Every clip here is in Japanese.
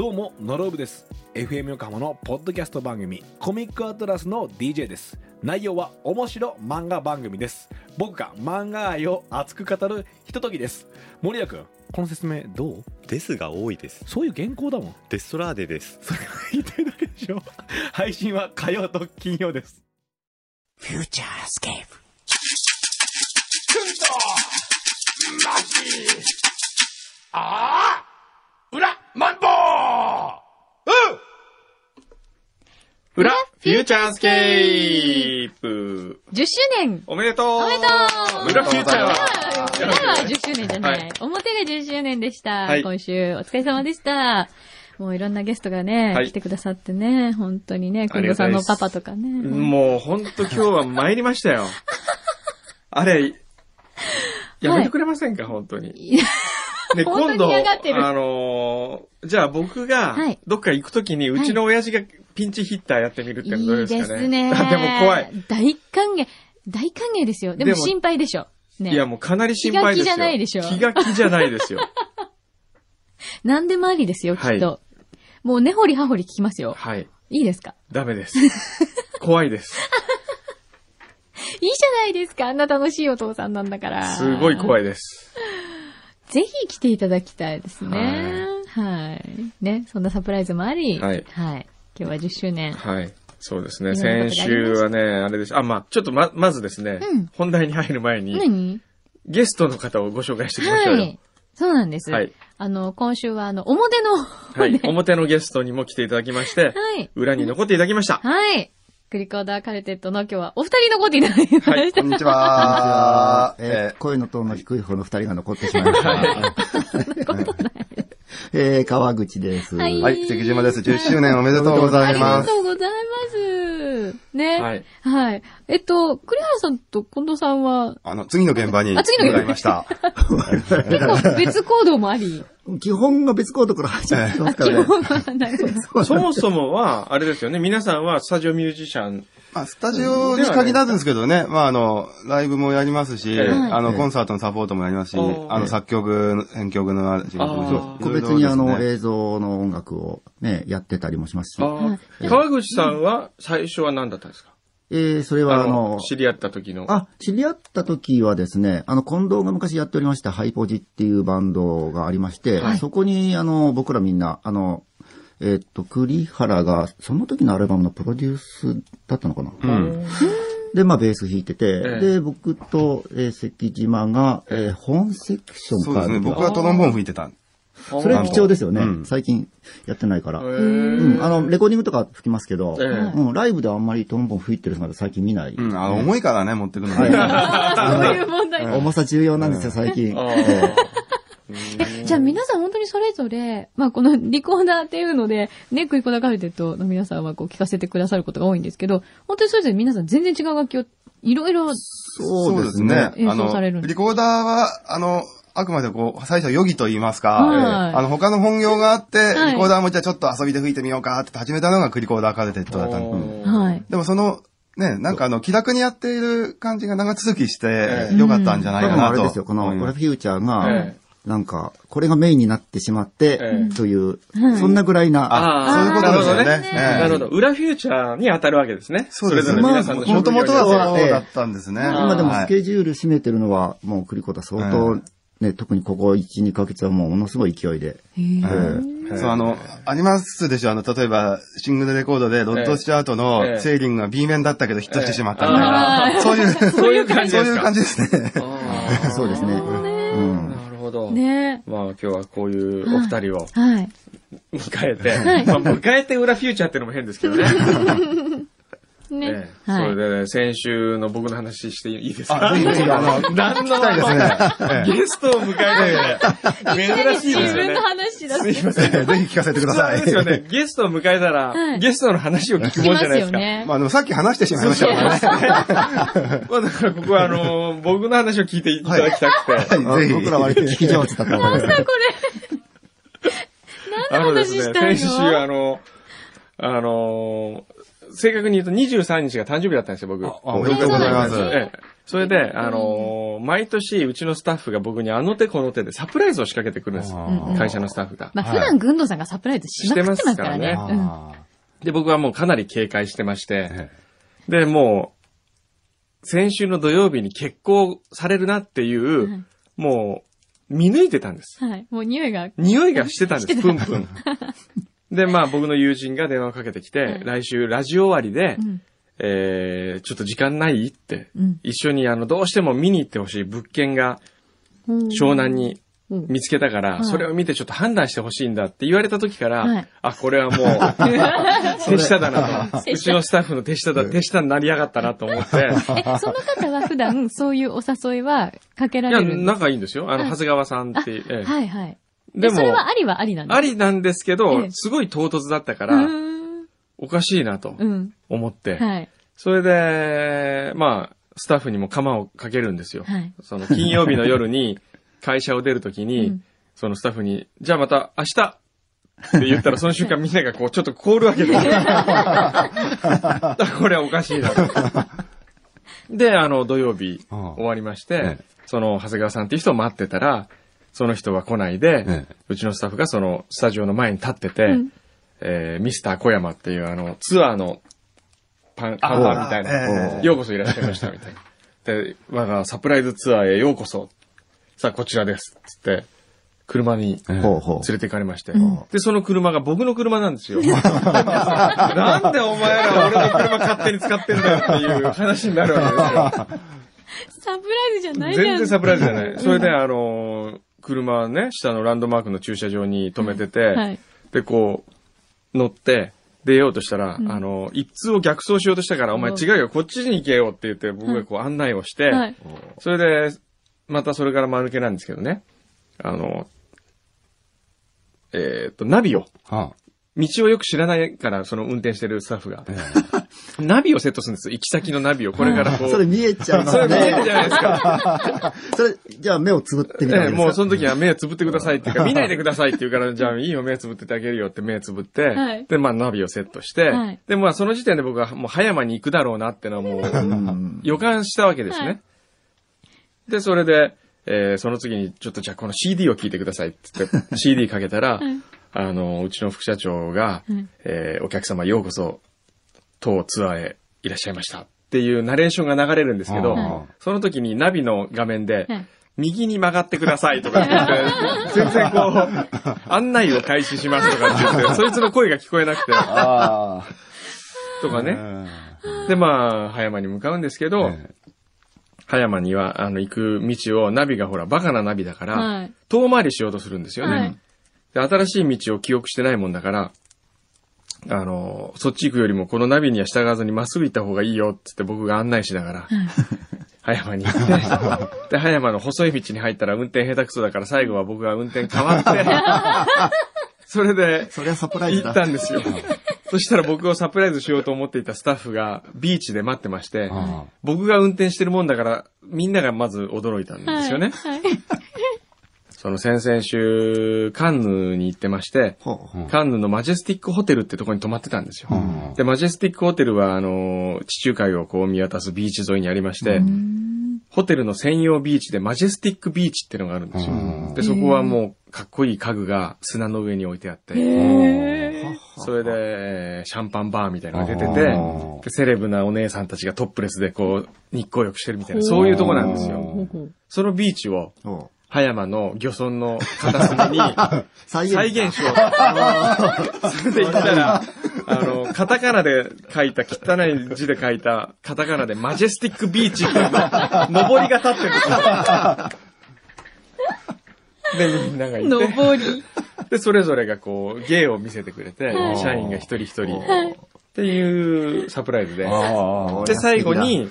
どうもノロブです。 FM 横浜のポッドキャスト番組コミックアトラスの DJ です。内容は面白漫画番組です。僕が漫画愛を熱く語るひとときです。森谷君、この説明どう？ ですが多いです。 そういう原稿だもん。 デストラーデです。 それが言いたいだけでしょ。配信は火曜と金曜です。 フューチャースケープマジ裏マンボ裏フューチャースケープ 10周年おめでとう。 おめでとう。 裏フューチャーは裏は10周年じゃない、はい、表が10周年でした、はい、今週お疲れ様でした。もういろんなゲストがね、はい、来てくださってね、本当にね、くんどさんのパパとかね。 もう本当今日は参りましたよ。あれ、やめてくれませんか、はい、本当に。で、今度、じゃあ僕が、どっか行くときに、うちの親父がピンチヒッターやってみるってのはどうですかね。いいですね。でも怖い。 大歓迎ですよ。でも心配でしょ。ね、 いや、もうかなり心配ですよ。気が気じゃないでしょ。気が気じゃないですよ。 何でもありですよ、きっと。はい、もう根掘り葉掘り聞きますよ。 はい。 いいですか？ ダメです。怖いです。 いいじゃないですか。あんな楽しいお父さんなんだから。 すごい怖いです。 ぜひ来ていただきたいですね。はい。ね、そんなサプライズもあり。はい。はい。今日は10周年。 はい。そうですね。先週はね、あれです。ちょっとまずですね、本題に入る前に、ゲストの方をご紹介していきましょうよ。はい。 そうなんです。はい。今週は表の、 はい。表のゲストにも来ていただきまして、はい。裏に残っていただきました。 はい。クリコーダーカルテットの今日はお二人残っていただきました。はい、 こんにちは。声のトーンの低い方の二人が残ってしまいました。そんなことない。川口です。はい、関島です。10周年おめでとうございます。 ありがとうございます。ね。はい。はい。栗原さんと近藤さんは次の現場に伺いました。 結構別行動もあり。 基本が別行動から始まってますからね。 そもそもは、あれですよね。皆さんはスタジオミュージシャン。 スタジオに限らずんですけどね。ライブもやりますし、コンサートのサポートもやりますし、作曲、編曲の仕事も個別に映像の音楽をね、やってたりもしますし。 川口さんは最初は何だったんですか？ それは知り合った時の。 知り合った時はですね、近藤が昔やっておりましたハイポジっていうバンドがありまして、そこに僕らみんな、栗原が、その時のアルバムのプロデュースだったのかな。で、ベース弾いてて、で、僕と、関島が、本セクションから。そうですね、僕はトロンボーン吹いてた。それ貴重ですよね。最近やってないから。レコーディングとか吹きますけど、ライブであんまりトロンボーン吹いてる姿最近見ない。重いからね、持ってくのが。そういう問題。重さ重要なんですよ、最近。 じゃあ皆さん本当にそれぞれ、このリコーダーっていうので、ね、クリコーダーカルテットの皆さんは聞かせてくださることが多いんですけど、本当にそれぞれ皆さん全然違う楽器をいろいろ、 そうですね。 演奏されるんです。 リコーダーは、あくまで最初は余儀と言いますか、他の本業があって、リコーダーもじゃあちょっと遊びで吹いてみようかって始めたのがクリコーダーカルテットだったんで。でもね、なんか気楽にやっている感じが長続きしてよかったんじゃないかなと。あれですよ、このオラフューチャーが、なんか、これがメインになってしまって、という、そんなぐらいな、そういうことですよね。 なるほど。裏フューチャーに当たるわけですね。 そうですね。もともとはそうだったんですね。今でもスケジュール占めてるのは、もうクリコダ相当、ね、特にここ1、2ヶ月はものすごい勢いで。ありますでしょ。例えば、シングルレコードで、ロッド・スチュアートのセーリングが B 面だったけどヒットしてしまったみたいな。そういう感じですね。そうですね。 ね。 今日はこういうお二人を迎えて、迎えて裏フューチャーってのも変ですけどね。ね。それでね、先週の僕の話していいですか？ ぜひ、 何のゲストを迎えて、珍しいですよね。 自分の話だ。 すいません。ぜひ聞かせてください。 そうですよね。ゲストを迎えたら、ゲストの話を聞くもんじゃないですか。 でもさっき話してしまいましたからね。 だからここは僕の話を聞いていただきたくて。 ぜひ。僕ら割と聞き上手だったなんだこれ。何の話したいの？ 先週正確に言うと23日が誕生日だったんですよ、僕。 おめでとうございます。 それで、毎年うちのスタッフが僕にあの手この手でサプライズを仕掛けてくるんですよ。会社のスタッフが。 まあ普段軍藤さんがサプライズしまくってますからね。 で、僕はもうかなり警戒してまして、で、もう、先週の土曜日に決行されるなっていう、もう、見抜いてたんです。 はい。もう匂いがしてたんです、プンプン。で、まあ僕の友人が電話をかけてきて、来週ラジオ終わりで、ちょっと時間ないって、一緒にどうしても見に行ってほしい物件が、湘南に見つけたから、それを見てちょっと判断してほしいんだって言われた時から、あ、これはもう、手下だなと。うちのスタッフの手下になりやがったなと思って。その方は普段そういうお誘いはかけられるんですか？ いや、仲いいんですよ。長谷川さんって。 はいはい。でも、それはありはありなんですか？ ありなんですけど、すごい唐突だったから、おかしいなと思って。はい。それで、まあ、スタッフにも鎌をかけるんですよ。はい。その金曜日の夜に会社を出るときに、そのスタッフに、じゃあまた明日って言ったらその瞬間みんながこうちょっと凍るわけですよ。これはおかしいなと。で、土曜日終わりまして、その長谷川さんっていう人を待ってたら、その人が来ないで、うちのスタッフがそのスタジオの前に立ってて、ミスター小山っていうツアーの看板みたいな、ようこそいらっしゃいましたみたいな。で、我がサプライズツアーへようこそ。さあ、こちらです。つって、車に連れて行かれまして。で、その車が僕の車なんですよ。なんでお前ら俺の車勝手に使ってんだよっていう話になるわけですよ。 サプライズじゃないじゃん。 全然サプライズじゃない。それで車ね、下のランドマークの駐車場に止めてて、で、こう、乗って、出ようとしたら、一通を逆走しようとしたから、お前違うよ、こっちに行けよって言って、僕がこう案内をして、それで、またそれから間抜けなんですけどね、ナビを、道をよく知らないから、その運転してるスタッフが、ナビをセットするんですよ。行き先のナビを、これからこう。 それ見えちゃう。 それ見えるじゃないですか。 それ、じゃあ目をつぶってみたいですか？ もうその時は目をつぶってくださいっていうか、見ないでくださいって言うから、じゃあいいよ、目をつぶっててあげるよって目をつぶって、で、まあナビをセットして、で、まあその時点で僕はもう葉山に行くだろうなってのはもう、予感したわけですね。で、それで、その次にちょっとじゃあこの CD を聴いてくださいって言って、CD かけたら、うちの副社長が、お客様ようこそ、当ツアーへいらっしゃいましたっていうナレーションが流れるんですけど、その時にナビの画面で、右に曲がってくださいとか言って、全然こう、案内を開始しますとかって言って、そいつの声が聞こえなくて、とかね。で、まあ、葉山に向かうんですけど、葉山には、行く道をナビがほら、バカなナビだから、遠回りしようとするんですよね。で、新しい道を記憶してないもんだから、そっち行くよりもこのナビには従わずにまっすぐ行った方がいいよって言って僕が案内しながら、葉山に行って、で、葉山の細い道に入ったら運転下手くそだから最後は僕が運転変わって、それで、行ったんですよ。そしたら僕をサプライズしようと思っていたスタッフがビーチで待ってまして、僕が運転してるもんだからみんながまず驚いたんですよね。その先々週、カンヌに行ってまして、カンヌのマジェスティックホテルってとこに泊まってたんですよ。で、マジェスティックホテルは、地中海をこう見渡すビーチ沿いにありまして、ホテルの専用ビーチでマジェスティックビーチっていうのがあるんですよ。で、そこはもうかっこいい家具が砂の上に置いてあって、それで、シャンパンバーみたいなのが出てて、セレブなお姉さんたちがトップレスでこう、日光浴してるみたいな、そういうとこなんですよ。そのビーチを、葉山の漁村の片隅に再現しようと。それで言ったら、カタカナで書いた、汚い字で書いた、カタカナでマジェスティックビーチっていう上りが立ってるんですよ。で、みんながいて。 上り。 で、それぞれがこう、芸を見せてくれて、社員が一人一人、っていうサプライズで。で、最後に、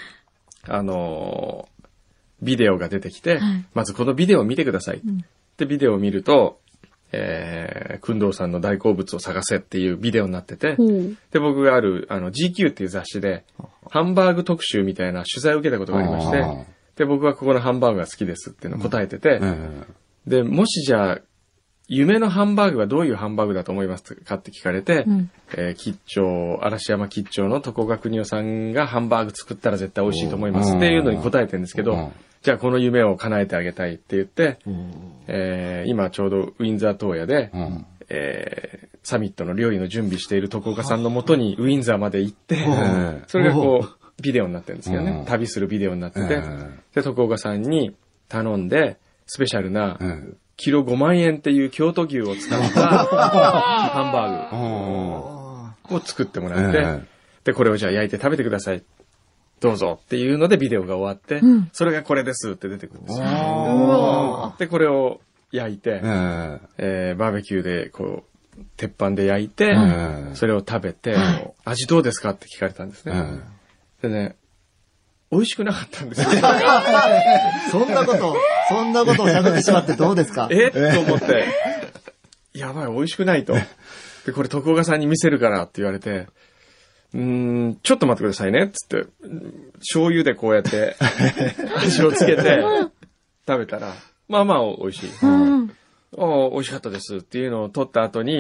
ビデオが出てきて、まずこのビデオを見てください。で、ビデオを見ると、くんどうさんの大好物を探せっていうビデオになってて、で、僕がある、GQ っていう雑誌で、ハンバーグ特集みたいな取材を受けたことがありまして、で、僕はここのハンバーグが好きですっていうのを答えてて、で、もしじゃあ、 夢のハンバーグはどういうハンバーグだと思いますかって聞かれて、嵐山吉兆の床賀邦夫さんがハンバーグ作ったら絶対美味しいと思いますっていうのに答えてるんですけど、じゃあこの夢を叶えてあげたいって言って、今ちょうどウィンザー東野で、サミットの料理の準備している床賀さんのもとにウィンザーまで行って、それがこう、ビデオになってるんですけどね。旅するビデオになってて、で、床賀さんに頼んで、スペシャルな、キロ5万円っていう京都牛を使ったハンバーグを作ってもらって、で、これをじゃあ焼いて食べてください。どうぞっていうのでビデオが終わって、それがこれですって出てくるんですよ。で、これを焼いて、バーベキューでこう、鉄板で焼いて、それを食べて、味どうですかって聞かれたんですね。でね、美味しくなかったんですよ。 そんなことを喋ってしまってどうですか？ と思って、やばい、美味しくないと。で、これ、床賀さんに見せるからって言われて、ちょっと待ってくださいね、つって、醤油でこうやって、味をつけて、食べたら、まあまあ美味しい。美味しかったですっていうのを取った後に、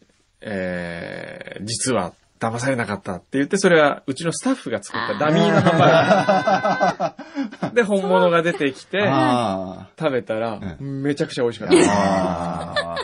実は、騙されなかったって言って、それはうちのスタッフが作ったダミーのハンバーグ。で、本物が出てきて、食べたら、めちゃくちゃ美味しかった。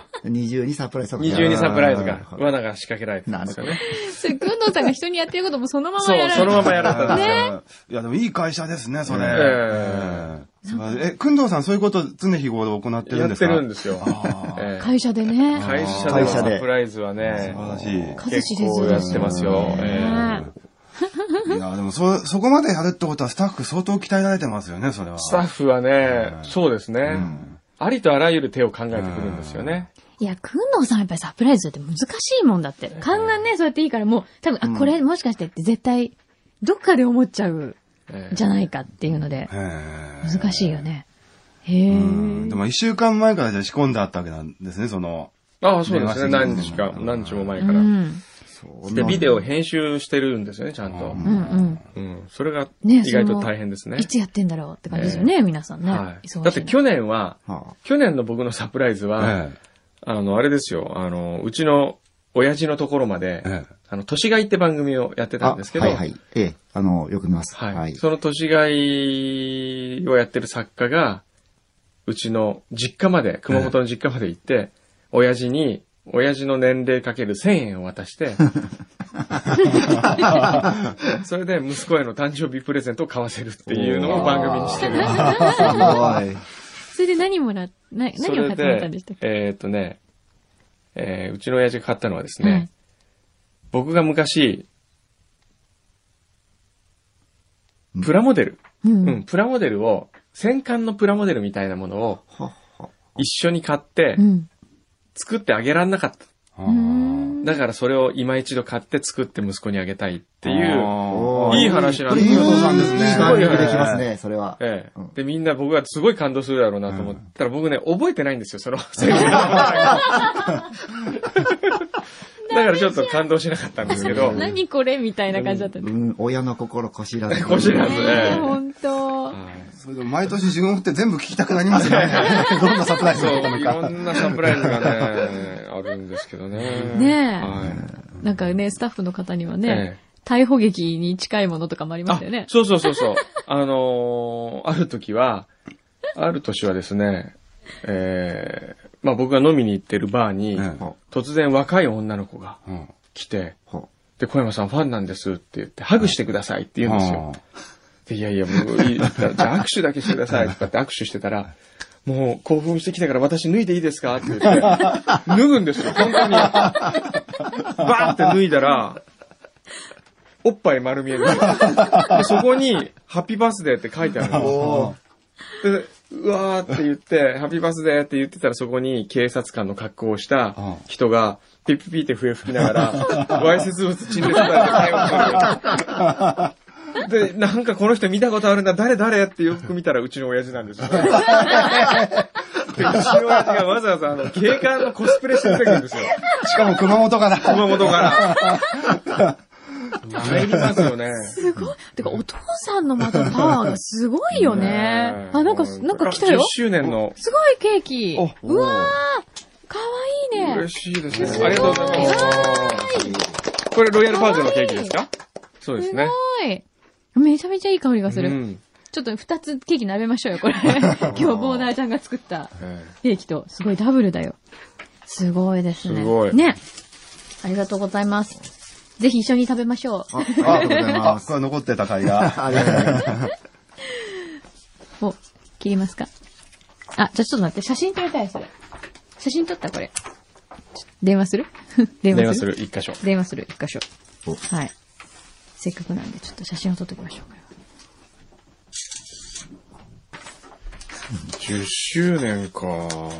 二重にサプライズが。 罠が仕掛けられてたんですよね。 それ、くんどうさんが人にやってることもそのままやられた。 そう、そのままやられたんですよ。 いや、でもいい会社ですね、それ。くんどうさんそういうこと常日頃行ってるんですか？ やってるんですよ。 会社でね。 会社でサプライズはね、 素晴らしい。 結構やってますよ。 いや、でもそこまでやるってことはスタッフ相当鍛えられてますよね、それは。 スタッフはね、そうですね。ありとあらゆる手を考えてくるんですよね。 いや、くんどうさんやっぱりサプライズって難しいもんだって。勘がね、そうやっていいからもう、多分、これもしかしてって絶対、どっかで思っちゃう、じゃないかっていうので、難しいよね。でも1週間前からじゃ仕込んであったわけなんですね、 ああ、そうですね。何日も前から。で、ビデオ編集してるんですよね、ちゃんと。それが意外と大変ですね。 いつやってんだろうって感じですよね、皆さんね。 だって去年の僕のサプライズは、あれですよ、うちの親父のところまで、年飼いって番組をやってたんですけど、 よく見ます。 その年飼いをやってる作家が、うちの実家まで、熊本の実家まで行って、親父の年齢かける1000円を渡して、それで息子への誕生日プレゼントを買わせるっていうのを番組にしてる。 それで何を買ってもらったんでしたっけ？ うちの親父が買ったのはですね、僕が昔、プラモデル、プラモデルを、戦艦のプラモデルみたいなものを一緒に買って、作ってあげらんなかった。だからそれを今一度買って作って息子にあげたいっていう、いい話なんですよ。 いいお父さんですね。すごいよくできますね、それは。 で、みんな僕がすごい感動するだろうなと思ったら、僕ね、覚えてないんですよ、そのだからちょっと感動しなかったんですけど。 何これみたいな感じだったね。 親の心こしらず。 こしらずね。 本当。 それでも毎年自分って全部聞きたくなりますね。どんなサプライズがあったのか。 いろんなサプライズがね、あるんですけどね。 ねえ。なんかね、スタッフの方にはね、逮捕劇に近いものとかもありましたよね。 そう。ある年はですね、僕が飲みに行ってるバーに、突然若い女の子が来て、で、小山さんファンなんですって言って、ハグしてくださいって言うんですよ。で、いやいや、もういい、じゃあ握手だけしてくださいとかって握手してたら、もう興奮してきたから私脱いでいいですかって言って、脱ぐんですよ、本当に。バーって脱いだら、おっぱい丸見えで、そこに、ハッピーバースデーって書いてあるんですよ。で、うわーって言って、ハッピーバースデーって言ってたらそこに警察官の格好をした人が、ピッピピって笛吹きながら、わいせつ物陳列されて逮捕されて、で、なんかこの人見たことあるんだ、誰ってよく見たらうちの親父なんですよ。で、うちの親父がわざわざ警官のコスプレして出てくるんですよ。 しかも熊本から。 参りますよね。 すごい。てか、お父さんのまたパワーがすごいよね。なんか来たよ。 10周年の。 すごいケーキ。うわー。 かわいいね。 嬉しいですね。ありがとうございます。これロイヤルパークのケーキですか？そうですね。 すごい。めちゃめちゃいい香りがする。 うん、 ちょっと2つケーキ並べましょうよ、これ。今日ボーナーちゃんが作ったケーキと、すごいダブルだよ。すごいですね。 すごい。 ね。ありがとうございます。ぜひ一緒に食べましょう。 ありがとうございます。 これ残ってた貝が。 ありがとうございます。 お、切りますか？あ、じゃあちょっと待って、写真撮りたい、それ。写真撮ったこれ。電話する？電話する一箇所。 電話する、一箇所。はい。せっかくなんで、ちょっと写真を撮っておきましょう。 10周年かな。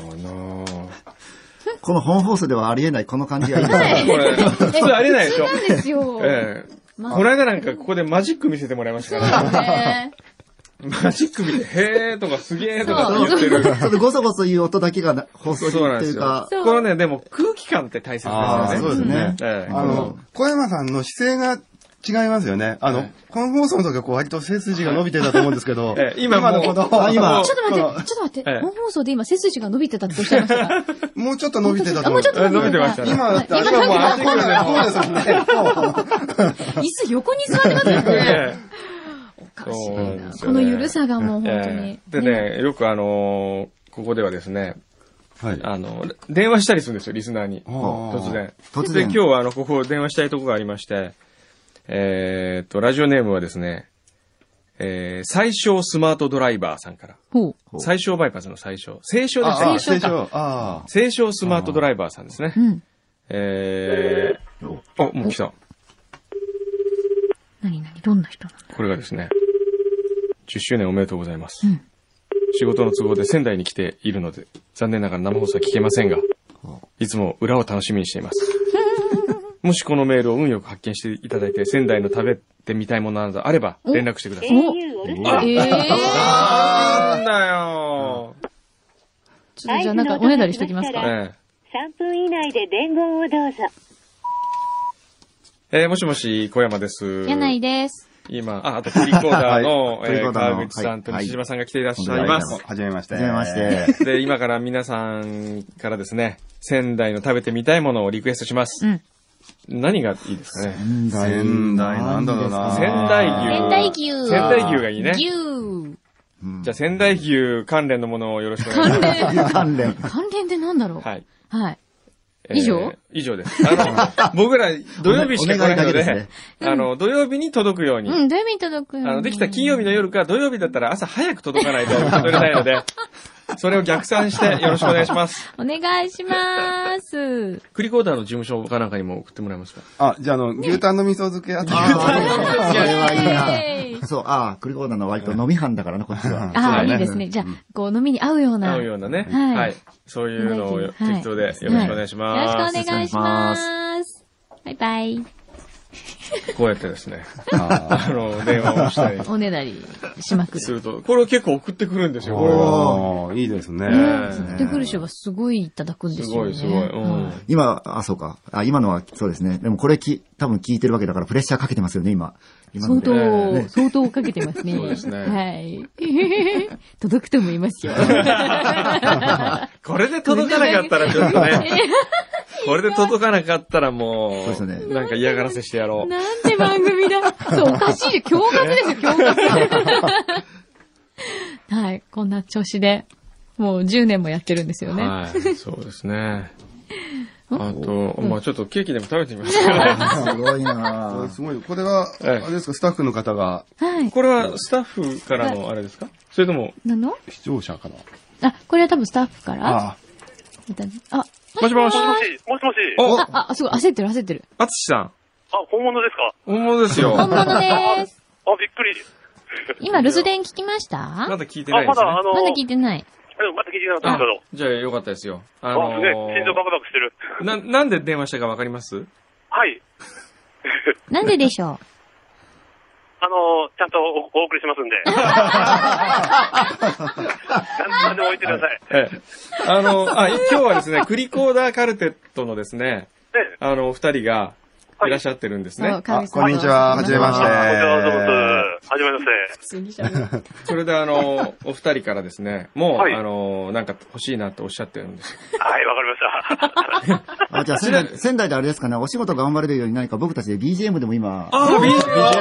この本放送ではありえないこの感じがいいですね。 これ、普通ありえないでしょ。 そうなんですよ。 この間なんかここでマジック見せてもらいましたからね。マジック見て、へーとかすげーとかって言ってる。 ちょっとゴソゴソいう音だけが放送っていうか。 このね、でも空気感って大切ですよね。 そうですね。小山さんの姿勢が違いますよね。本放送の時は割と背筋が伸びてたと思うんですけど。 今のこの、 今。ちょっと待って。本放送で今背筋が伸びてたっておっしゃいましたか？ もうちょっと伸びてたと思う。 もうちょっと伸びてましたね。 今だって足がもう足がこうですもんね。 椅子横に座ってますよね。おかしいな。このゆるさがもう本当に。 でね、よくここではですね、電話したりするんですよ、リスナーに。突然。で、今日はここ電話したいとこがありまして、ラジオネームはですね、最小スマートドライバーさんから。最小バイパスの最小。清少でしたっけ？ 清少。 清少スマートドライバーさんですね。もう来た。 どんな人なの？ これがですね、10周年おめでとうございます。仕事の都合で仙台に来ているので、残念ながら生放送は聞けませんが、いつも裏を楽しみにしています。もしこのメールを運よく発見していただいて、仙台の食べてみたいものなどあれば、連絡してください。なんだよ。 ちょっとじゃあなんかおねだりしときますか。 3分以内で伝言をどうぞ。 もしもし、小山です。 柳井です。 今、あとフリーコーダーの、川口さんと西島さんが来ていらっしゃいます。 はじめまして。 はじめまして。 で、今から皆さんからですね、仙台の食べてみたいものをリクエストします。何がいいですかね。 仙台なんだろうな。 仙台牛がいいね。 牛。 じゃあ仙台牛関連のものをよろしくお願いします。 関連ってなんだろう。 はい。 はい。以上です。僕ら土曜日しか来ないので、土曜日に届くように。 土曜日に届くように。 できた金曜日の夜か土曜日だったら朝早く届かないと届れないので、それを逆算してよろしくお願いします。 お願いします。 クリコーダーの事務所かなんかにも送ってもらえますか？ じゃあ牛タンの味噌漬けあったら。 それはいいな。そう、クリコーダーの割と飲み班だからな、こっちは。 いいですね。じゃあ、飲みに合うような。 ね。はい。そういうのを適当でよろしくお願いします。 よろしくお願いします。バイバイ。 こうやってですね、電話をしたり。 おねだりしまくる。 すると、これを結構送ってくるんですよ、これは。 いいですね。 送ってくる人がすごいいただくんですよね。 すごい。 今、そうか。今のはそうですね。でもこれ多分聞いてるわけだからプレッシャーかけてますよね、今。 相当かけてますね。 そうですね。 はい。届くと思いますよ。 これで届かなかったらちょっとね。これで届かなかったらもう、なんか嫌がらせしてやろう。 なんて番組だ。そう、おかしいで、驚愕ですよ、驚愕。はい、こんな調子で、もう10年もやってるんですよね。 はい、そうですね。あと、ちょっとケーキでも食べてみますか。 すごいなすごい。これは、あれですか、スタッフの方が。 はい。 これはスタッフからのあれですか？それとも、 視聴者かな？ これは多分スタッフから。 もしもし。 すごい、焦ってる。 あつしさん。 本物ですか？ 本物ですよ。 本物です。 びっくり。 今、留守電聞きました？ まだ聞いてないですね。 まだ聞いてない。 また聞いてなかったけど。 じゃあよかったですよ。 すげえ、心臓バクバクしてる。 なんで電話したかわかります？ はい。 なんででしょう？ ちゃんとお送りしますんで。何でも置いてください。 今日はですね、クリコーダーカルテットのですね、お二人がいらっしゃってるんですね。 こんにちは。はじめまして。 こんにちは、どうも。 はじめまして。 普通に喋る。 それでお二人からですね、もう、 はいなんか欲しいなっておっしゃってるんですよ。 はい、わかりました。 あ、じゃあ仙台であれですかね、お仕事頑張れるように何か僕たちで BGM でも今。 ああ、BGM!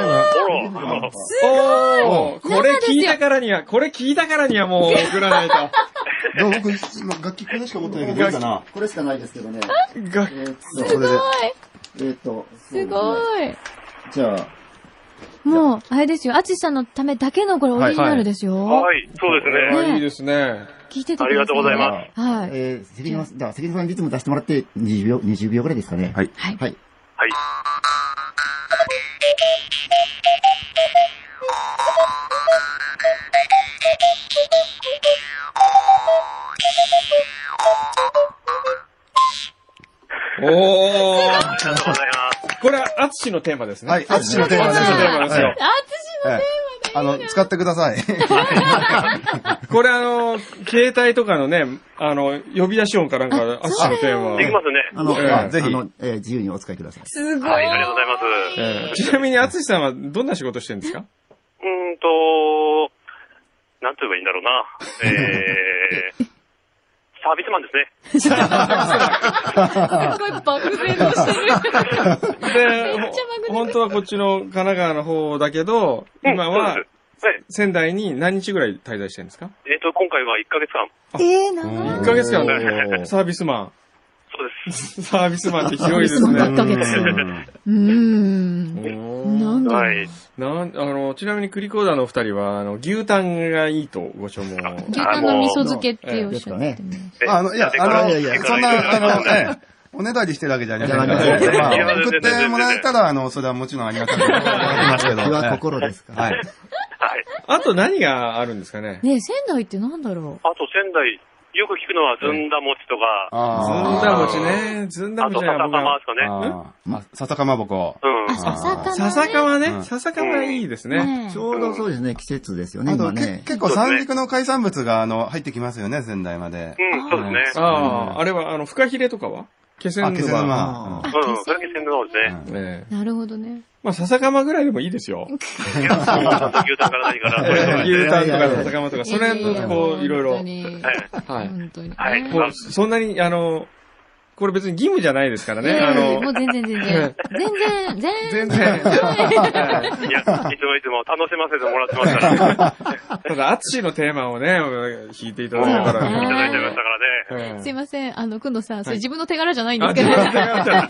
おおーこれ聞いたからにはもう送らないと。 僕、今楽器これしか持ってないけど、いいかな。 これしかないですけどね。 楽すごい。 すごい。 じゃあ。 もう、あれですよ。アツシさんのためだけのこれオリジナルですよ。 はい、そうですね。 いいですね。 聞いててください。 ありがとうございます。 はい。 関根さんリズム出してもらって20秒ぐらいですかね。 はい。 はい。 はい。 おー。 ありがとうございます。 これは、アツシのテーマですね。 はい、アツシのテーマです。 アツシのテーマですよ。 アツシのテーマ使ってください。 これ携帯とかのね、呼び出し音かなんか、アツシのテーマ。 できますね。 ぜひ。 自由にお使いください。 すごい。 はい、ありがとうございます。 ちなみに、アツシさんはどんな仕事してるんですか？ なんと言えばいいんだろうな。サービスマンですね。 すごい漠然としてる。 で、本当はこっちの神奈川の方だけど、今は仙台に何日ぐらい滞在してるんですか？ 今回は1ヶ月間。 長い。 1ヶ月間サービスマン。 そうです。 サービスマンって広いですね。 1ヶ月。なんだはい。 ちなみにクリコーダーのお二人は、牛タンがいいとご所望。 牛タンの味噌漬けっておっしゃってね。 そんな、おねだりしてるわけじゃありませんから。送ってもらえたら、それはもちろんありがたく思いますけど。 気は心ですか。 はい。 あと何があるんですかね？ ねえ、仙台ってなんだろう？ あと仙台、よく聞くのはずんだ餅とか。 ずんだ餅ね。ずんだ餅は僕は。 あと笹かまですかね。 笹かまぼこ。 笹かまね。笹かまいいですね。 ちょうどそうですね、季節ですよね、今ね。 結構三陸の海産物が入ってきますよね、仙台まで。 そうですね。 あれは、フカヒレとかは気仙沼。 それは気仙沼ですね。 なるほどね。 まあ、笹かまぐらいでもいいですよ。 牛タンから何から。 牛タンとか笹かまとか、それこう、いろいろ。はい。 本当に。 はい。 もう、そんなに、これ別に義務じゃないですからね。 もう全然。 全然。 いや、いつも楽しませてもらってますから。 ただ、アツシのテーマをね、弾いていただいたから。 いただいちゃいましたからね。 すいません。くんどさん、それ自分の手柄じゃないんですけど。弾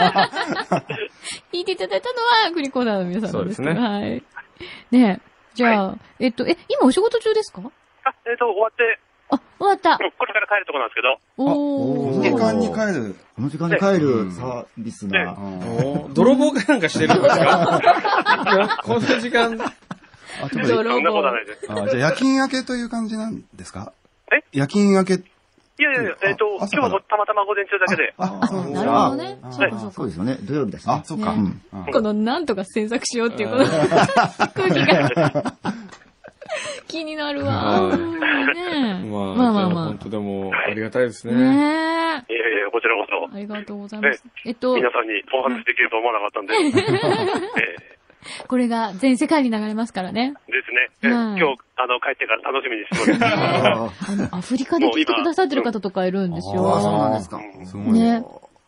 いていただいたのは、クリコーダーの皆さんですね。はい。ねえ。じゃあ、今お仕事中ですか？ 終わって。 終わった。 これから帰るとこなんですけど。 この時間に帰る。 この時間に帰るサービスな。 泥棒かなんかしてるんですか？この時間。 そんなことはないです。 じゃあ夜勤明けという感じなんですか？夜勤明け。 いや、今日はたまたま午前中だけで。 なるほどね。 そうですよね。土曜日ですね。 そうか。 このなんとか詮索しようっていうこの空気が。気になるわ。ねまあ。本当でも、ありがたいですね。 ねえ。いやいや、こちらこそ。 ありがとうございます。 皆さんにお話できると思わなかったんで。 これが全世界に流れますからね。 ですね。今日、帰ってから楽しみにしております。 アフリカで聞いてくださってる方とかいるんですよ。 そうなんですか。 すごい。 ね。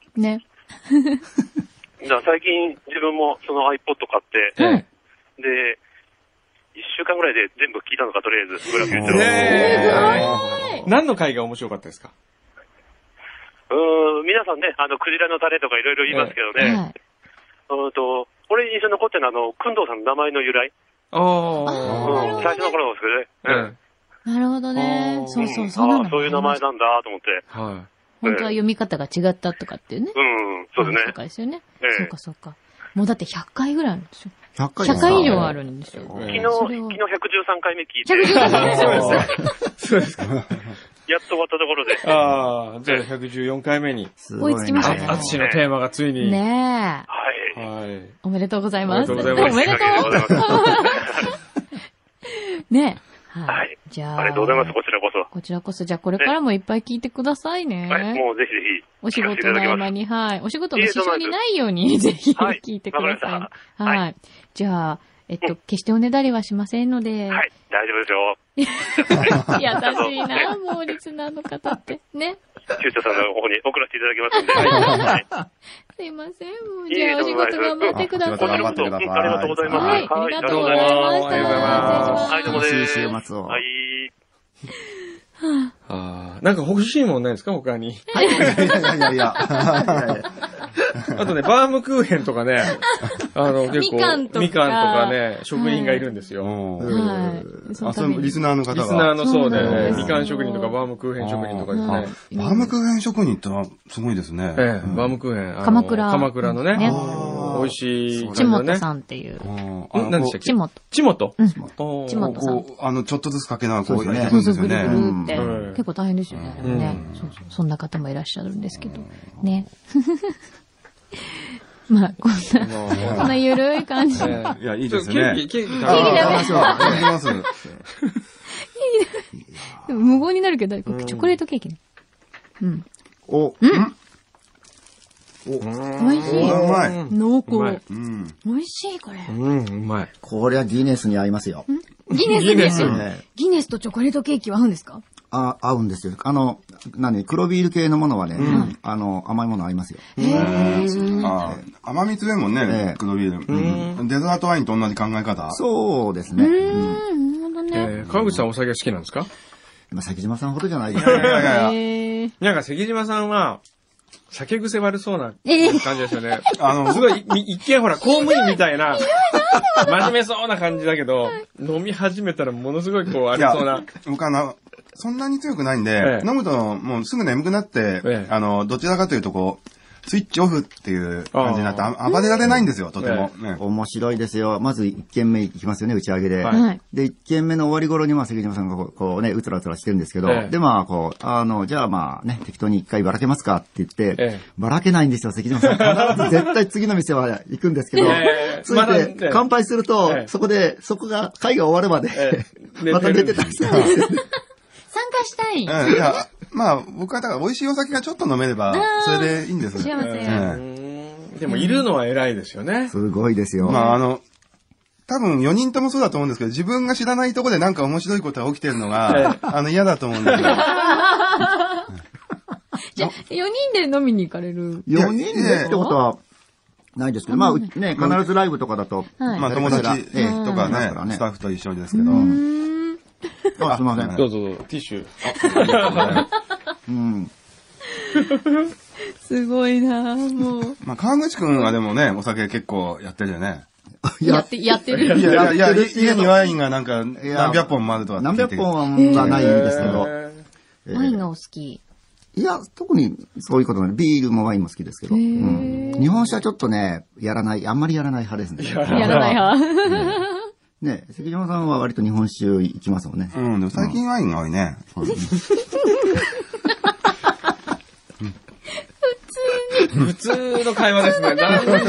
最近、自分もその iPod 買って、で、1週間ぐらいで全部聞いたのか、とりあえず、ブラック言ってる。 何の回が面白かったですか？ 皆さんね、クジラのタレとかいろいろ言いますけどね。俺印象に残ってるのは、くんどうさんの名前の由来。最初の頃なんですけどね。 なるほどね。そう。 そういう名前なんだと思って。 本当は読み方が違ったとかっていうね。 そうですね。 そうかですよね。そうか。もうだって100回ぐらいあるんですよ。 100 回以上あるんですよ。 昨日113回目聞いて。 そうですか。 やっと終わったところで。 じゃあ114回目に。 追いつきましたね。 アツシのテーマがついに。 ねえ。 はい。 おめでとうございます。 おめでとうございます。 おめでとう。ねえ。 はい。 じゃあ。 ありがとうございます、こちらこそ。 こちらこそ、じゃあこれからもいっぱい聞いてくださいね。 はい、もうぜひぜひ。 お仕事の合間に、はい。お仕事の支障にないように、ぜひ聞いてください。はい。じゃあ、 決しておねだりはしませんので。 はい、大丈夫ですよ。 優しいな、もうリスナーの方って。ね。 チューチョさんの方に送らせていただきますんで。はい、 すいません、もう。じゃあ、お仕事頑張ってください。 ありがとうございます。 はい、ありがとうございました。 はい、どうもです。 週末を。 はい。 なんか欲しいもんないですか他に。 いや。 あとね、バームクーヘンとかね、結構、みかんとかね、職人がいるんですよ。 はい。 それリスナーの方が。 リスナーのそうで、みかん職人とかバームクーヘン職人とかですね。 バームクーヘン職人ってのはすごいですね。 バームクーヘン。 鎌倉のね。美味しい。 ちもとさんっていう。 何でしたっけ？ちもと。 ちもとさん。 ちょっとずつかけながらこうやってるんですよね。結構大変ですよね。そんな方もいらっしゃるんですけど。ね。まあ、こんなゆるい感じ。 いや、いいですね。 ケーキ食べましょう。でも無言になるけど、チョコレートケーキね。うん。美味しい。 うまい。 濃厚。美味しい、これ。 うまい。 これはギネスに合いますよ。 ギネスとチョコレートケーキは合うんですか？ 合うんですよ。黒ビール系のものはね、甘いもの合いますよ。 甘み強いもんね、黒ビール。デザートワインと同じ考え方？ そうですね。 川口さんお酒好きなんですか？ 関島さんほどじゃないですね。なんか関島さんは、酒癖悪そうな感じですよね。すごい、一見ほら、公務員みたいな、真面目そうな感じだけど、飲み始めたらものすごいこう、ありそうな。 僕そんなに強くないんで、飲むともうすぐ眠くなって、どちらかというとこう、スイッチオフっていう感じになって、暴れられないんですよ、とても。 面白いですよ。まず1軒目行きますよね、打ち上げで。で、1軒目の終わり頃に関島さんがこうね、うつらうつらしてるんですけど、で、じゃあ適当に1回ばらけますかって言って、ばらけないんですよ、関島さん。必ず絶対次の店は行くんですけど、ついて乾杯すると、そこが、会が終わるまで、また寝てたりするんですよ。 参加したい。 いや、僕はだから美味しいお酒がちょっと飲めれば、それでいいんです。 幸せ。 でもいるのは偉いですよね。 すごいですよ。 多分4人ともそうだと思うんですけど、自分が知らないところでなんか面白いことが起きてるのが、嫌だと思うんですよ。 じゃあ、4人で飲みに行かれる？ 4人でってことは、ないですけど、必ずライブとかだと。 友達とかね、スタッフと一緒ですけど。 すみません。 どうぞ、ティッシュ。 すごいなもう。 川口くんはでもね、お酒結構やってるよね。 やってる。 いや、家にワインがなんか何百本もあるとは。 何百本はないですけど。 ワインがお好き？ いや、特にそういうことない。ビールもワインも好きですけど。日本酒はちょっとね、あんまりやらない派ですね。 やらない派。 ね、関島さんは割と日本酒行きますもんね。 でも最近ワインが多いね。 普通の会話ですね。なんの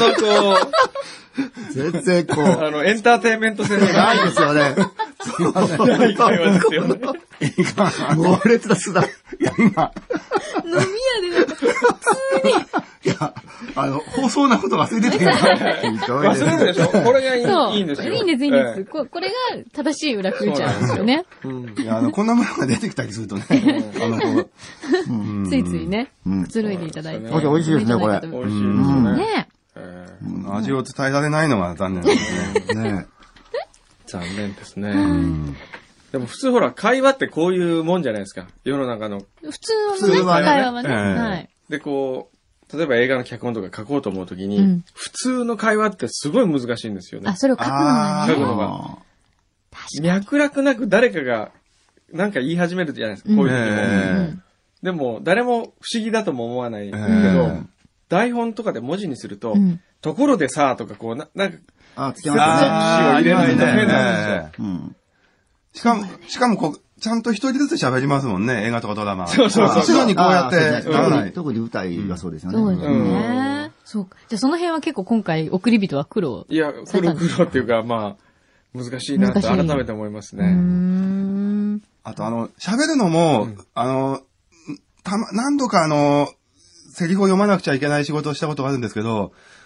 全然エンターテインメント性のないですよね。 すいません。ない会話ですよね。 猛烈な素だ。いや、今。 飲み屋でなんか、普通に。 いや、放送なこと忘れてたよ。 忘れるでしょ？これがいいんですよ。 いいんです。これが正しい裏クルチャーですよね。 いや、こんなものが出てきたりするとね。 ついついね、くつろいでいただいて。 美味しいですね、これ。 美味しいですね。 ね。 味を伝えられないのが残念ですね。 残念ですね。でも普通ほら、会話ってこういうもんじゃないですか。世の中の。 普通の会話はね。 で、例えば映画の脚本とか書こうと思うときに、普通の会話ってすごい難しいんですよね。 それを書くのがね。 書くのが。脈絡なく誰かがなんか言い始めるじゃないですか、こういう時も。でも、誰も不思議だとも思わないけど、台本とかで文字にすると、ところでさ、とかなんか、 つけますね。入れないと変なんですよ。しかもちゃんと一人ずつ喋りますもんね、映画とかドラマ。 そう。 後ろにこうやって、 特に舞台がそうですよね。 そうですね。そうか。じゃあその辺は結構今回、送り人は苦労。 いや、苦労っていうか、難しいなと改めて思いますね。 あと喋るのも、何度かセリフを読まなくちゃいけない仕事をしたことがあるんですけど、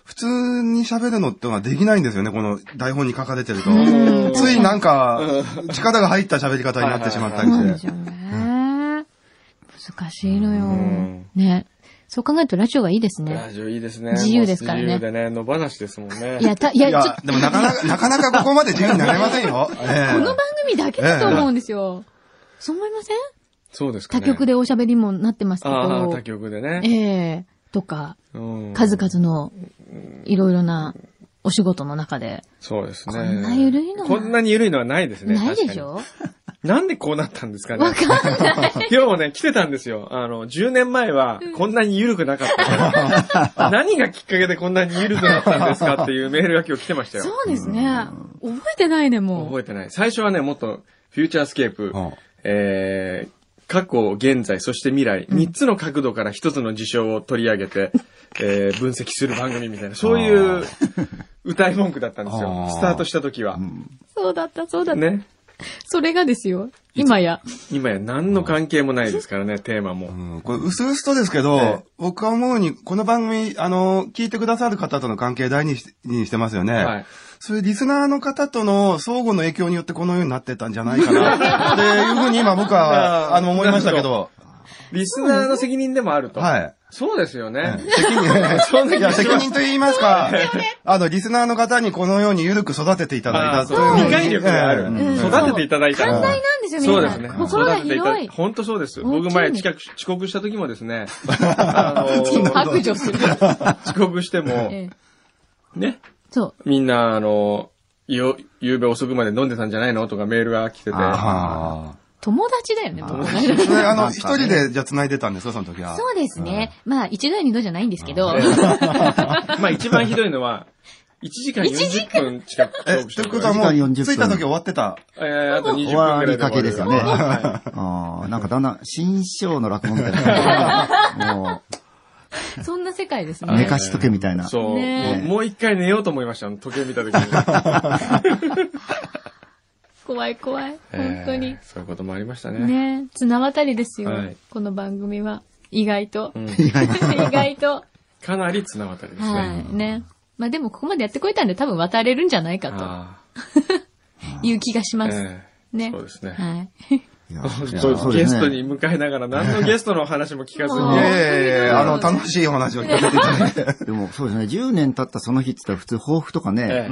普通に喋るのってのはできないんですよね、この台本に書かれてると。ついなんか、力が入った喋り方になってしまったりして。そうですよね。難しいのよ。ね。そう考えるとラジオがいいですね。 ラジオいいですね。 自由ですからね。 自由でね、野放しですもんね。 いや、 でもなかなかここまで自由になれませんよ。この番組だけだと思うんですよ。そう思いません？ そうですかね。 他局でおしゃべりもなってますけど。 他局でね。 とか、数々のいろいろなお仕事の中で。 そうですね。 こんな緩いのは。 こんなに緩いのはないですね。 ないでしょ？ なんでこうなったんですかね。 わかんない。 今日もね、来てたんですよ。10年前はこんなに緩くなかったから、何がきっかけでこんなに緩くなったんですかっていうメールが今日来てましたよ。 そうですね。覚えてないね、もう。 覚えてない。最初はね、もっとフューチャースケープ、過去、現在、そして未来、3つの角度から1つの事象を取り上げて、分析する番組みたいな、そういう歌い文句だったんですよ。スタートした時は。 そうだった。 ね。 それがですよ。今や何の関係もないですからね、テーマも。 これ、うすうすとですけど、僕は思うに、この番組、聞いてくださる方との関係大事にしてますよね。はい。そういうリスナーの方との相互の影響によってこのようになってたんじゃないかな、っていうふうに今僕は、思いましたけど。 リスナーの責任でもあると。はい。そうですよね。 責任と言いますか、リスナーの方にこのように緩く育てていただいた。 理解力がある。育てていいただいた。 寛大なんですよね。 そうですね。 心が広い。 本当そうです。僕前遅刻した時もですね、 白状する。 遅刻しても、ね。そう。みんな、ゆうべ遅くまで飲んでたんじゃないのとかメールが来てて。 友達だよね、僕は。一人で、じゃあ繋いでたんですか、その時は。 そうですね。まあ、一度や二度じゃないんですけど。 まあ、一番ひどいのは、1時間40分近く。 ということはもう、着いた時終わってた。 あと20分ぐらいで。 終わりかけですよね。なんかだんだん、新章の落語みたいな。もう。そんな世界ですね。 寝かしとけみたいな。 そう。もう一回寝ようと思いました、時計見た時に。 怖い。本当に。 そういうこともありましたね。 ね、綱渡りですよ。この番組は。意外と。意外と。 かなり綱渡りですね。 はい。ね。まあでもここまでやってこいたんで多分渡れるんじゃないかと。いう気がします。ね。 そうですね。 はい。 ゲストに迎えながら何のゲストの話も聞かずに。 楽しいお話を聞かせていただいて。 でもそうですね、10年経ったその日って言ったら普通抱負とかね、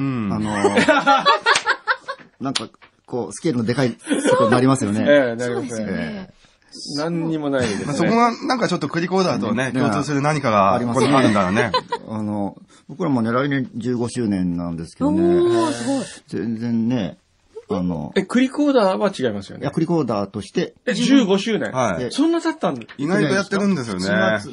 なんか、こう、スケールのでかいことになりますよね。 なりますね。何にもないですね。 そこが、なんかちょっとクリコーダーとね、共通する何かがあるんだろうね。 僕らもね、来年15周年なんですけどね。すごい。全然ね、 クリコーダーは違いますよね。 いや、クリコーダーとして。 15周年。 はい。 そんな経ったんだ。 意外とやってるんですよね。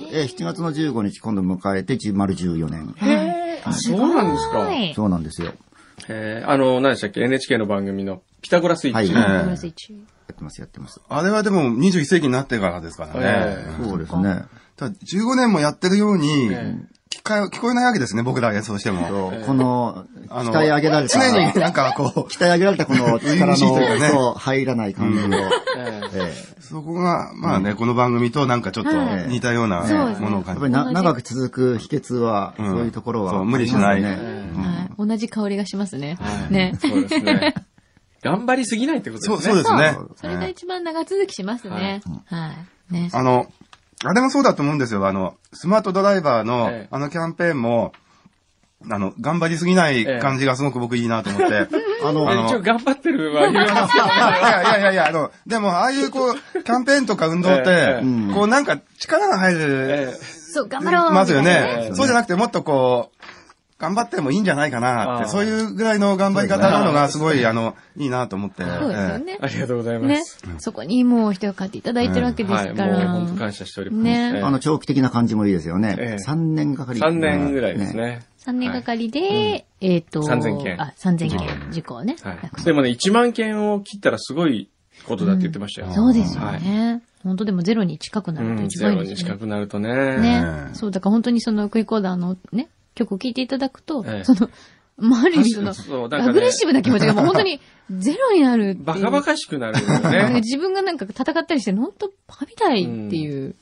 7月の15日今度迎えて、丸14年。 そうなんですか。 そうなんですよ。 何でしたっけ ?NHK の番組のピタゴラスイッチ。 ピタゴラスイッチ。 やってます。 あれはでも21世紀になってからですからね。 そうですね。 ただ15年もやってるように、聞こえないわけですね、僕ら演奏しても。 この、鍛え上げられた。 常になんかこう、 鍛え上げられたこの力の、入らない感じを。 そこが、まあね、この番組となんかちょっと似たようなものを感じる。 やっぱり長く続く秘訣は、そういうところは。 無理しない。 同じ香りがしますね。ね。 そうですね。頑張りすぎないってことですね。 そうですね。 それが一番長続きしますね。はい。ね。 あれもそうだと思うんですよ。スマートドライバーの、キャンペーンも、頑張りすぎない感じがすごく僕いいなと思って。 一応頑張ってるは言いますけど。 いや、でも、ああいうこう、キャンペーンとか運動って、こうなんか力が入る。 そう、頑張ろう。 ますよね。そうじゃなくてもっとこう、頑張ってもいいんじゃないかなって、そういうぐらいの頑張り方なのがすごい、いいなと思って。 そうですよね。 ありがとうございます。 そこにもう人を買っていただいてるわけですから。 もう本当感謝しております。 ね。 長期的な感じもいいですよね。3年がかり。 3年ぐらいですね。 3年がかりで、 3000件。 3000件事項ね。 でもね、1万件を切ったらすごいことだって言ってましたよ。 そうですよね。本当でもゼロに近くなると一番いいですね。ゼロに近くなるとね。 ね。そう、だから本当にそのクイコーダーのね、曲を聴いていただくと、周りにその、アグレッシブな気持ちがもう本当にゼロになるっていう。 バカバカしくなるよね。 自分がなんか戦ったりして、ほんとバカみたいっていう。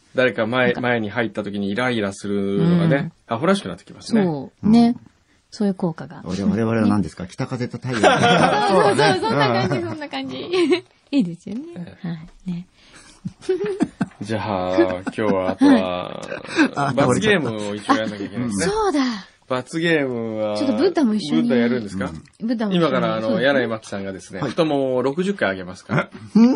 誰か前に入った時にイライラするのがね、アホらしくなってきますね。 そう。ね。そういう効果が。 我々は何ですか？北風と太陽。そう、 そんな感じ、そんな感じ。いいですよね。はい。ね。 じゃあ、今日は、あとは、罰ゲームを一応やんなきゃいけないですね。 そうだ。 罰ゲームは、 ちょっとブッダも一緒に。 ブッダやるんですか？ ブッダも今から柳井真紀さんがですね、太ももを60回上げますから。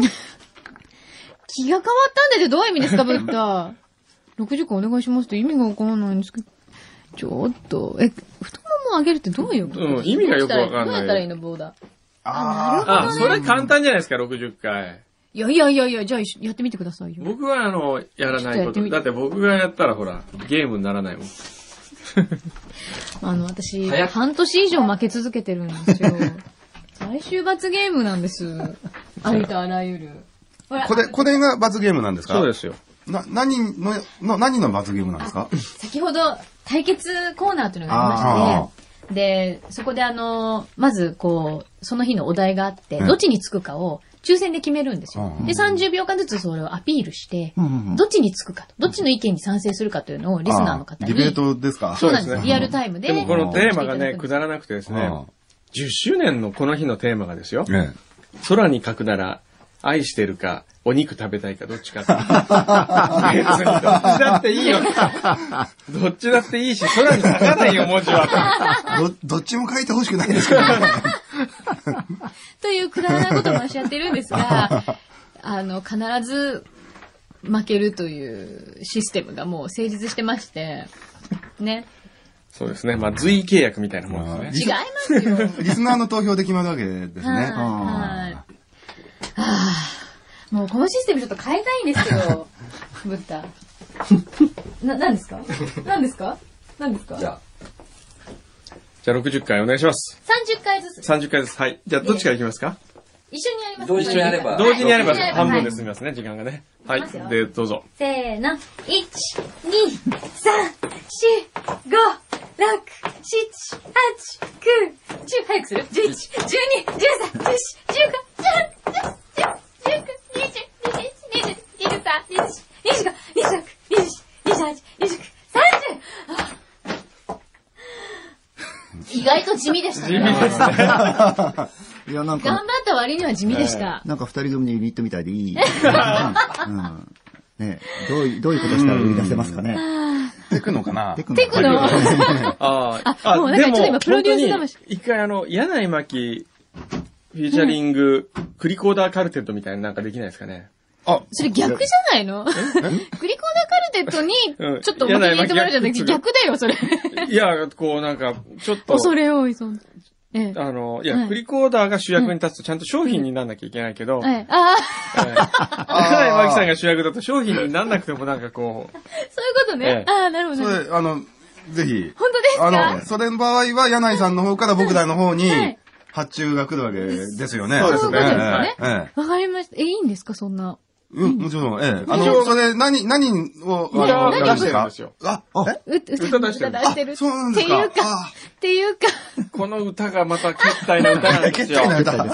気が変わったんだけど、どういう意味ですか、ブッダ。60回お願いしますって意味がわからないんですけど。ちょっと、太もも上げるってどういうこと？ 意味がよくわかんない。 どうやったらいいの、ボーダ。 なるほど。それ簡単じゃないですか、60回。 いや、じゃあやってみてくださいよ。 僕はやらないこと。だって僕がやったらほら、ゲームにならないもん。 私、半年以上負け続けてるんですよ。最終罰ゲームなんです。ありとあらゆる。 これが罰ゲームなんですか？ そうですよ。 何の罰ゲームなんですか？ 先ほど、対決コーナーというのがありまして、で、そこでまずその日のお題があって、どっちにつくかを抽選で決めるんですよ。で、30秒間ずつそれをアピールして、どっちにつくか、どっちの意見に賛成するかというのをリスナーの方に。 ディベートですか？ そうなんです。リアルタイムで。 でもこのテーマがね、くだらなくてですね、10周年のこの日のテーマがですよ。空に書くなら、愛してるか、お肉食べたいかどっちかって。別にどっちだっていいよ。どっちだっていいし、空に書かないよ、文字は。 どっちも書いてほしくないですからね。 というくだらないこともおっしゃってるんですが、必ず負けるというシステムがもう成立してまして、ね。 そうですね。随意契約みたいなもんですね。 違いますよ。 リスナーの投票で決まるわけですね。 もうこのシステムちょっと変えたいんですけど、ブッダ。何ですか？何ですか？ じゃあ60回お願いします。 30回ずつ。 30回ずつ。はい。じゃあどっちからいきますか？ 一緒にやります。 同時にやれば。同時にやれば半分で済みますね、時間がね。はい。で、どうぞ。 せーの。1、2、3、4、5、6、7、8、9、10、早くする ?11、12、13、14、15、16、17、18、19、30。意外と地味でしたね。 地味ですね。 いや、頑張った割には地味でした。 なんか二人組のユニットみたいでいい。ね、どういうことしたら売り出せますかね。 テクノかな？ テクノもうなんかちょっと今プロデュース魂。 一回柳井真紀フィーチャリング、クリコーダーカルテットみたいななんかできないですかね。 それ逆じゃないの？クリコーダーカルテットに、ちょっと負けに行ってもらうじゃなくて逆だよ、それ。 いや、なんか、ちょっと。 恐れ多い、そんな。 クリコーダーが主役に立つとちゃんと商品になんなきゃいけないけど、柳井真紀さんが主役だと商品になんなくてもなんかこう。そういうことね。なるほど。 それ、ぜひ。 本当ですか？ それの場合は、柳井さんの方から僕らの方に、発注が来るわけですよね。 そうですね。 わかりました。いいんですか、そんな。 もちろん、それ、何を、 出してるんですよ。 歌出してる。 そうなんですか。 っていうか。 この歌がまた決体な歌なんですよ。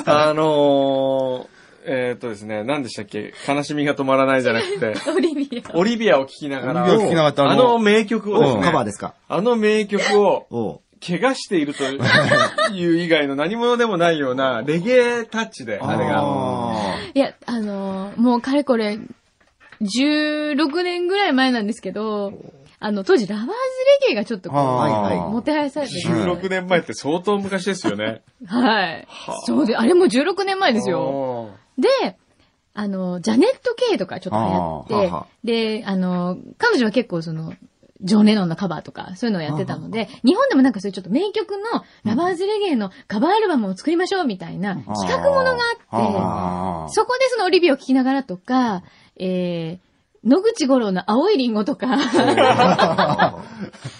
ですね、何でしたっけ？悲しみが止まらないじゃなくて。オリビアを聴きながら、名曲をですね。 カバーですか？ 名曲を、怪我しているという以外の何者でもないようなレゲエタッチで、あれが。 いや、もうかれこれ、16年ぐらい前なんですけど、当時ラバーズレゲエがちょっともてはやされてる。 16年前って相当昔ですよね。 はい。そうで、あれも16年前ですよ。で、ジャネット・ケイとかちょっと流行って、で、彼女は結構ジョン・レノンのカバーとか、そういうのをやってたので、日本でもなんかそういうちょっと名曲のラバーズレゲエのカバーアルバムを作りましょうみたいな企画ものがあって、そこでそのオリビアを聴きながらとか、野口五郎の青いリンゴとか、あと、渚のハイカラ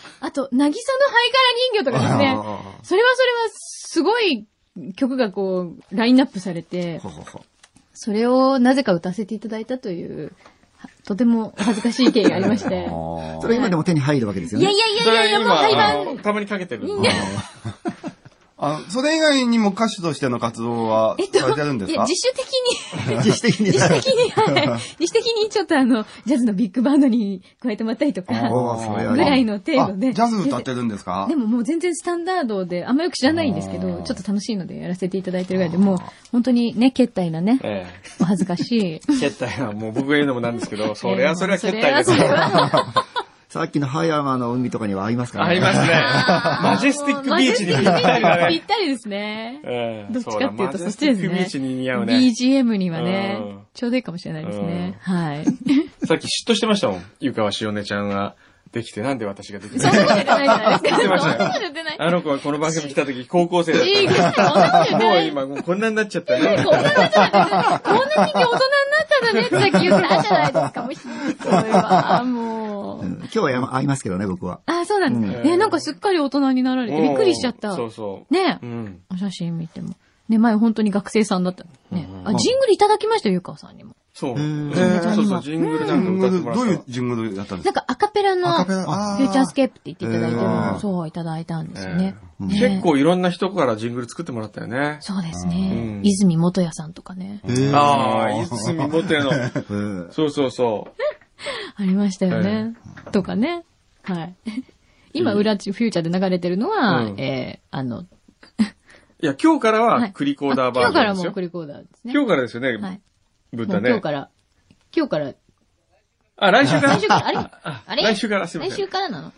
人形とかですね、それはすごい曲がラインナップされて、それをなぜか歌わせていただいたという、とても恥ずかしい経緯がありまして。 それ今でも手に入るわけですよね。 いや、もう廃盤。 たまにかけてる。 それ以外にも歌手としての活動はされてるんですか？ 自主的に、ちょっとジャズのビッグバンドに加えてもらったりとか、ぐらいの程度で。 ジャズ歌ってるんですか？ でももう全然スタンダードで、あんまよく知らないんですけど、ちょっと楽しいのでやらせていただいてるぐらいで、もう、本当にね、決体なね、お恥ずかしい。 決体はもう僕が言うのもなんですけど、それは決体ですよ。 さっきの葉山の海とかには合いますからね。合いますね。マジェスティックビーチにぴったりだね。 ぴったりですね。どっちかっていうとそっちですね。マジェスティックビーチに似合うね。BGM にはね、ちょうどいいかもしれないですね。はい。 さっき嫉妬してましたもん。湯川しおねちゃんができて、なんで私ができない。 そんなこと言ってないじゃないですか。 言ってましたよ。あの子はこの番組来た時高校生だった。もう今こんなになっちゃったね。 こんなに大人になったんだねってさっき言ったじゃないですか。もうそれはもう。 今日は会いますけどね、僕は。 あ、そうなんです。なんかすっかり大人になられてびっくりしちゃった。 そうそう。 ね。お写真見ても。ね、前本当に学生さんだったね。ジングルいただきましたよ、ゆかわさんにも。 そう。そうそう、ジングルなんか歌ってもらった。 どういうジングルだったんですか？ なんかアカペラのフューチャースケープって言っていただいてるのを、そういただいたんですよね。 結構いろんな人からジングル作ってもらったよね。 そうですね。泉元也さんとかね。 ああ、泉元也の。そうそうそう。 ありましたよね。とかね。はい。今、フューチャーで流れてるのは、 いや、今日からはクリコーダーバージョンですよ。 今日からもうクリコーダーですね。 今日からですよね。はい。ブッダね。 今日から。 あ、来週から。 あれ来週からすいません。 来週からなの？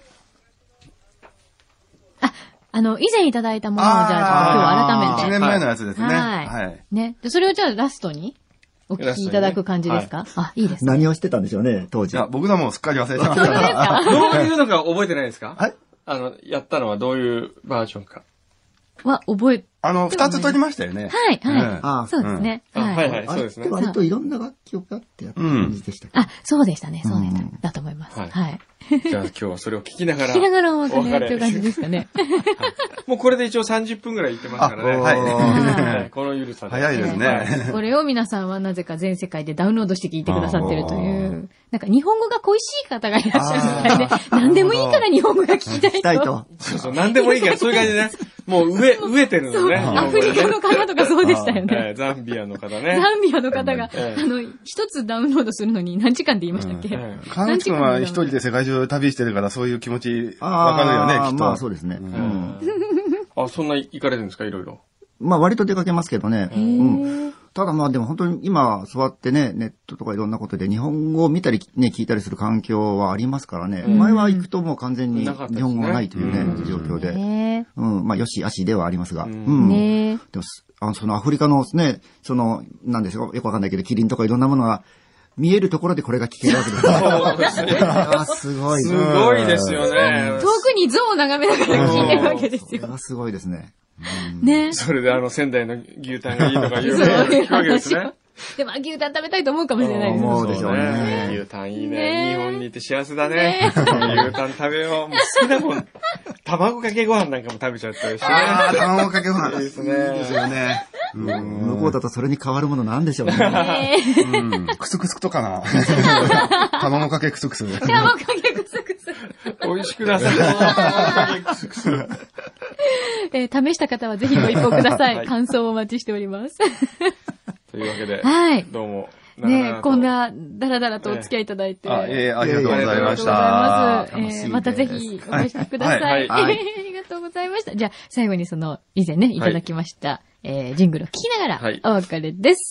以前いただいたものをじゃあ、今日改めて。 1年前のやつですね。 はい。ね。それをじゃあラストにお聞きいただく感じですか？あ、いいですね。 何をしてたんでしょうね、当時。 いや、僕らもすっかり忘れてました。 どういうのか覚えてないですか？はい。やったのはどういうバージョンか。 覚え 2つ撮りましたよね。 はい、はい。そうですね。 はい、そうですね。 割といろんな楽器をやってやった感じでした。 そうでしたね、そうでした。だと思います。はい。 じゃあ今日はそれを聞きながら。 聞きながらお別れやってる感じですかね。 もうこれで一応30分くらい言ってますからね。はい。このゆるさで。 早いですね。 これを皆さんはなぜか全世界でダウンロードして聞いてくださってるという、なんか日本語が恋しい方がいらっしゃるみたいで、何でもいいから日本語が聞きたいと。 そうそう、何でもいいから、そういう感じでね。もう飢えてるのね。 アフリカの方とかそうでしたよね。 ザンビアの方ね。 ザンビアの方が、一つダウンロードするのに何時間って言いましたっけ？ カンチ君は一人で世界中旅してるからそういう気持ちわかるよね、きっと。 まあそうですね。 そんな行かれるんですか、いろいろ。 まあ割と出かけますけどね。ただまあでも本当に今座ってね、ネットとかいろんなことで日本語を見たりね、聞いたりする環境はありますからね。前は行くともう完全に日本語がないというね、状況で。まあよしあしではありますが。でもそのアフリカのね、なんでしょう、よくわかんないけど、キリンとかいろんなものが見えるところでこれが聞けるわけですね。 そうですね。 すごい。 すごいですよね。 遠くに象を眺めながら聞いてるわけですよ。 すごいですね。 ね。 それで仙台の牛タンがいいとか言うわけですね。 でも牛タン食べたいと思うかもしれないですね。 そうでしょうね。 牛タンいいね。日本にいて幸せだね。牛タン食べよう。もう好きだもん。卵かけご飯なんかも食べちゃったりしてね。 卵かけご飯。 いいですね。 いいですよね。 向こうだとそれに変わるものなんでしょうね。 クスクスとかな。卵かけクスクス。 卵かけクスクス。 美味しくなさそう。卵かけクスクス。 試した方はぜひご一報ください。感想をお待ちしております。 というわけで、どうも。 ねこんなだらだらとお付き合いいただいて。 ありがとうございました。 またぜひお越しください。ありがとうございました。じゃあ最後に以前ね、いただきました、ジングルを聞きながらお別れです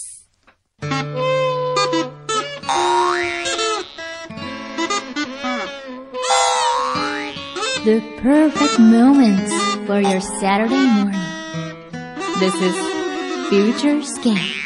。The perfect moments for your Saturday morning. This is Future Scan.